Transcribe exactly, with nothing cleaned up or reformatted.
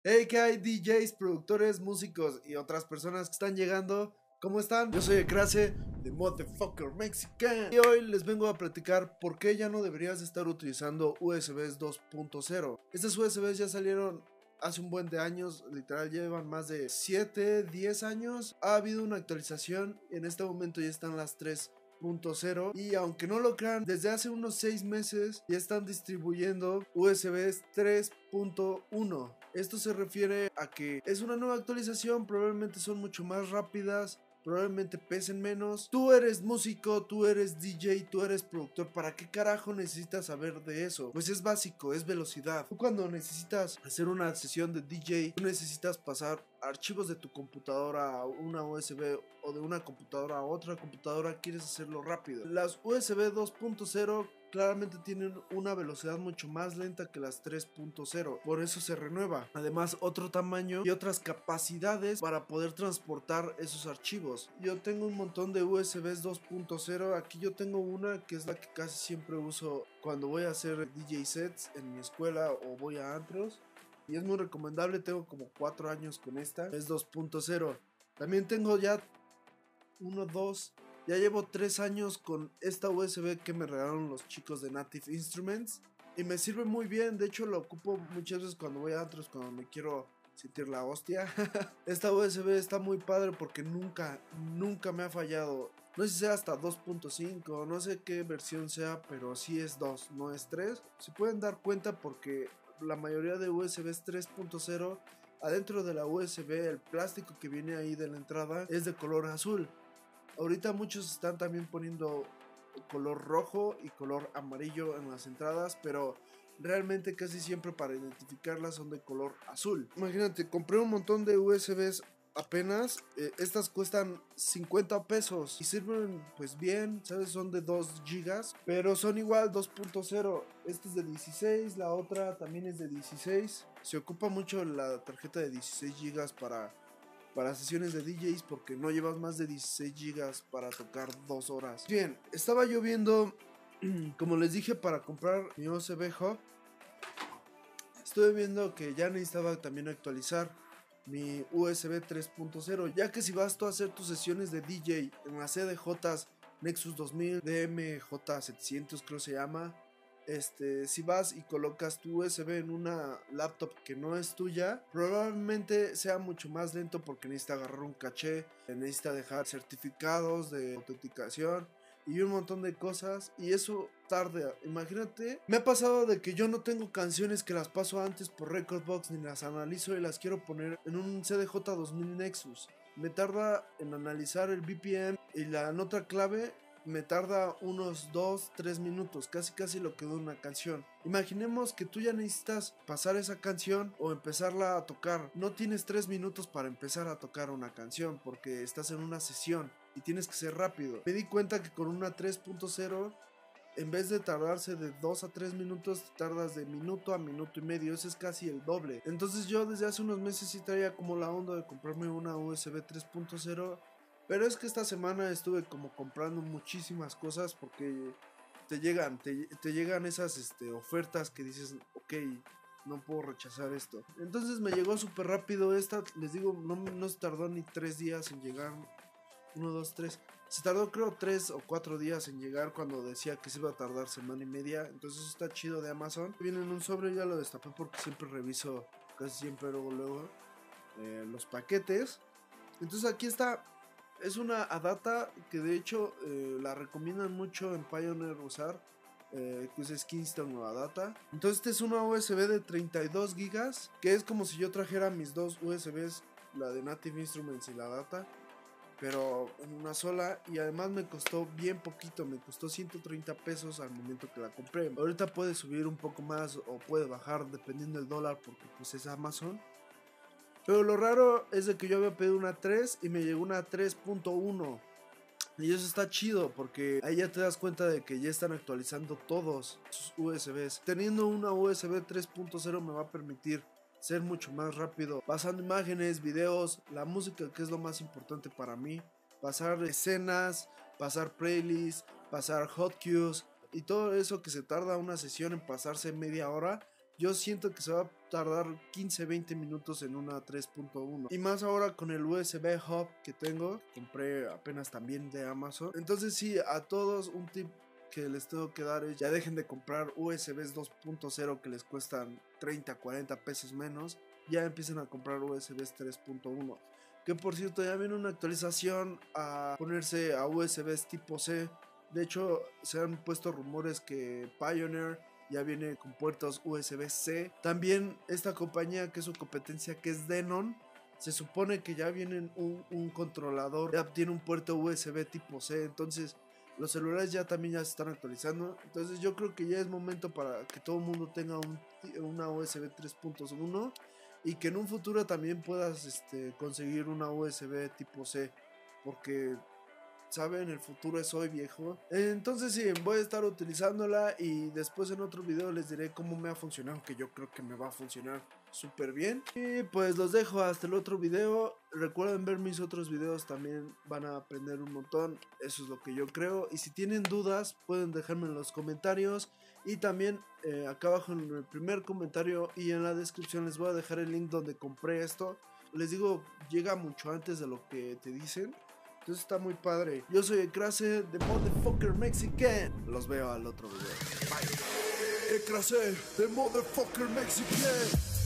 Hey, ¿qué hay D Js, productores, músicos y otras personas que están llegando? ¿Cómo están? Yo soy Ecrase, de Motherfucker Mexican, y hoy les vengo a platicar por qué ya no deberías estar utilizando U S Bs dos punto cero. Estas U S Bs ya salieron hace un buen de años, literal llevan más de siete, diez años. Ha habido una actualización y en este momento ya están las tres punto cero, y aunque no lo crean, desde hace unos seis meses ya están distribuyendo U S Bs tres punto uno. Esto se refiere a que es una nueva actualización, probablemente son mucho más rápidas, probablemente pesen menos. Tú eres músico, tú eres D J, tú eres productor, ¿para qué carajo necesitas saber de eso? Pues es básico, es velocidad. Tú cuando necesitas hacer una sesión de D J, tú necesitas pasar archivos de tu computadora a una U S B o de una computadora a otra computadora, quieres hacerlo rápido. Las U S B dos punto cero claramente tienen una velocidad mucho más lenta que las tres punto cero, por eso se renueva. Además, otro tamaño y otras capacidades para poder transportar esos archivos. Yo tengo un montón de U S Bs dos punto cero, aquí yo tengo una que es la que casi siempre uso cuando voy a hacer D J sets en mi escuela o voy a antros, y es muy recomendable. Tengo como cuatro años con esta, es dos punto cero. También tengo ya uno, dos, ya llevo tres años con esta U S B que me regalaron los chicos de Native Instruments y me sirve muy bien. De hecho, la ocupo muchas veces cuando voy a otros, cuando me quiero sentir la hostia. Esta U S B está muy padre porque nunca, nunca me ha fallado. No sé si sea hasta dos punto cinco, no sé qué versión sea, pero sí es dos, no es tres. Se pueden dar cuenta porque la mayoría de U S Bs tres punto cero, adentro de la U S B, el plástico que viene ahí de la entrada es de color azul. Ahorita muchos están también poniendo color rojo y color amarillo en las entradas, pero realmente casi siempre para identificarlas son de color azul. Imagínate, compré un montón de U S Bs apenas, eh, estas cuestan cincuenta pesos y sirven pues bien, ¿sabes? Son de dos gigas, pero son igual dos punto cero. Esta es de dieciséis, la otra también es de dieciséis. Se ocupa mucho la tarjeta de dieciséis gigas para... para sesiones de D Js porque no llevas más de dieciséis gigas para tocar dos horas. Bien, estaba yo viendo, como les dije, para comprar mi U S B Hub. Estuve viendo que ya necesitaba también actualizar mi U S B tres punto cero, ya que si vas tú a hacer tus sesiones de D J en la C D J Nexus dos mil, D M J setecientos creo se llama, Este, si vas y colocas tu U S B en una laptop que no es tuya, probablemente sea mucho más lento porque necesita agarrar un caché, necesita dejar certificados de autenticación y un montón de cosas, y eso tarda. Imagínate, me ha pasado de que yo no tengo canciones que las paso antes por Rekordbox ni las analizo y las quiero poner en un C D J dos mil Nexus. Me tarda en analizar el B P M y la nota clave. Me tarda unos dos, tres minutos, casi casi lo que dura una canción. Imaginemos que tú ya necesitas pasar esa canción o empezarla a tocar. No tienes tres minutos para empezar a tocar una canción porque estás en una sesión y tienes que ser rápido. Me di cuenta que con una tres punto cero, en vez de tardarse de dos a tres minutos, tardas de minuto a minuto y medio. Eso es casi el doble. Entonces yo desde hace unos meses sí traía como la onda de comprarme una U S B tres punto cero. Pero es que esta semana estuve como comprando muchísimas cosas porque te llegan, te, te llegan esas este, ofertas que dices, ok, no puedo rechazar esto. Entonces me llegó súper rápido esta, les digo, no, no se tardó ni tres días en llegar. Uno, dos, tres. Se tardó creo tres o cuatro días en llegar cuando decía que se iba a tardar semana y media. Entonces eso está chido de Amazon. Viene en un sobre, ya lo destapé porque siempre reviso, casi siempre luego luego, eh, los paquetes. Entonces aquí está. Es una Adata que de hecho eh, la recomiendan mucho en Pioneer usar, eh, que es Kingston o Adata. Entonces esta es una U S B de treinta y dos gigas, que es como si yo trajera mis dos U S Bs, la de Native Instruments y la Adata, pero en una sola, y además me costó bien poquito, me costó ciento treinta pesos al momento que la compré. Ahorita puede subir un poco más o puede bajar dependiendo del dólar porque pues es Amazon. Pero lo raro es de que yo había pedido una tres y me llegó una tres punto uno. Y eso está chido porque ahí ya te das cuenta de que ya están actualizando todos sus U S Bs. Teniendo una U S B tres punto cero me va a permitir ser mucho más rápido, pasando imágenes, videos, la música, que es lo más importante para mí, pasar escenas, pasar playlists, pasar hot cues y todo eso que se tarda una sesión en pasarse media hora. yo siento que se va a tardar quince a veinte minutos en una tres punto uno. Y más ahora con el U S B Hub que tengo, compré apenas también de Amazon. Entonces sí, a todos un tip que les tengo que dar es: ya dejen de comprar U S Bs dos punto cero que les cuestan treinta, cuarenta pesos menos. Ya empiecen a comprar U S Bs tres punto uno. Que por cierto, ya viene una actualización a ponerse a U S Bs tipo C. De hecho, se han puesto rumores que Pioneer ya viene con puertos U S B-C. También esta compañía, que es su competencia, que es Denon, se supone que ya viene un, un controlador, ya tiene un puerto U S B tipo C. Entonces los celulares ya también ya se están actualizando. Entonces yo creo que ya es momento para que todo el mundo tenga un, una U S B tres punto uno. Y que en un futuro también puedas este, conseguir una U S B tipo C. Porque, ¿saben? El futuro es hoy, viejo. Entonces sí, voy a estar utilizándola. Y después en otro video les diré cómo me ha funcionado. Que yo creo que me va a funcionar súper bien. Y pues los dejo hasta el otro video. Recuerden ver mis otros videos, también van a aprender un montón. Eso es lo que yo creo. Y si tienen dudas, pueden dejarme en los comentarios. Y también eh, acá abajo en el primer comentario y en la descripción les voy a dejar el link donde compré esto. Les digo, llega mucho antes de lo que te dicen. Entonces está muy padre. Yo soy Ecrase de Motherfucker Mexican. Los veo al otro video. Bye. Ecrase de Motherfucker Mexican.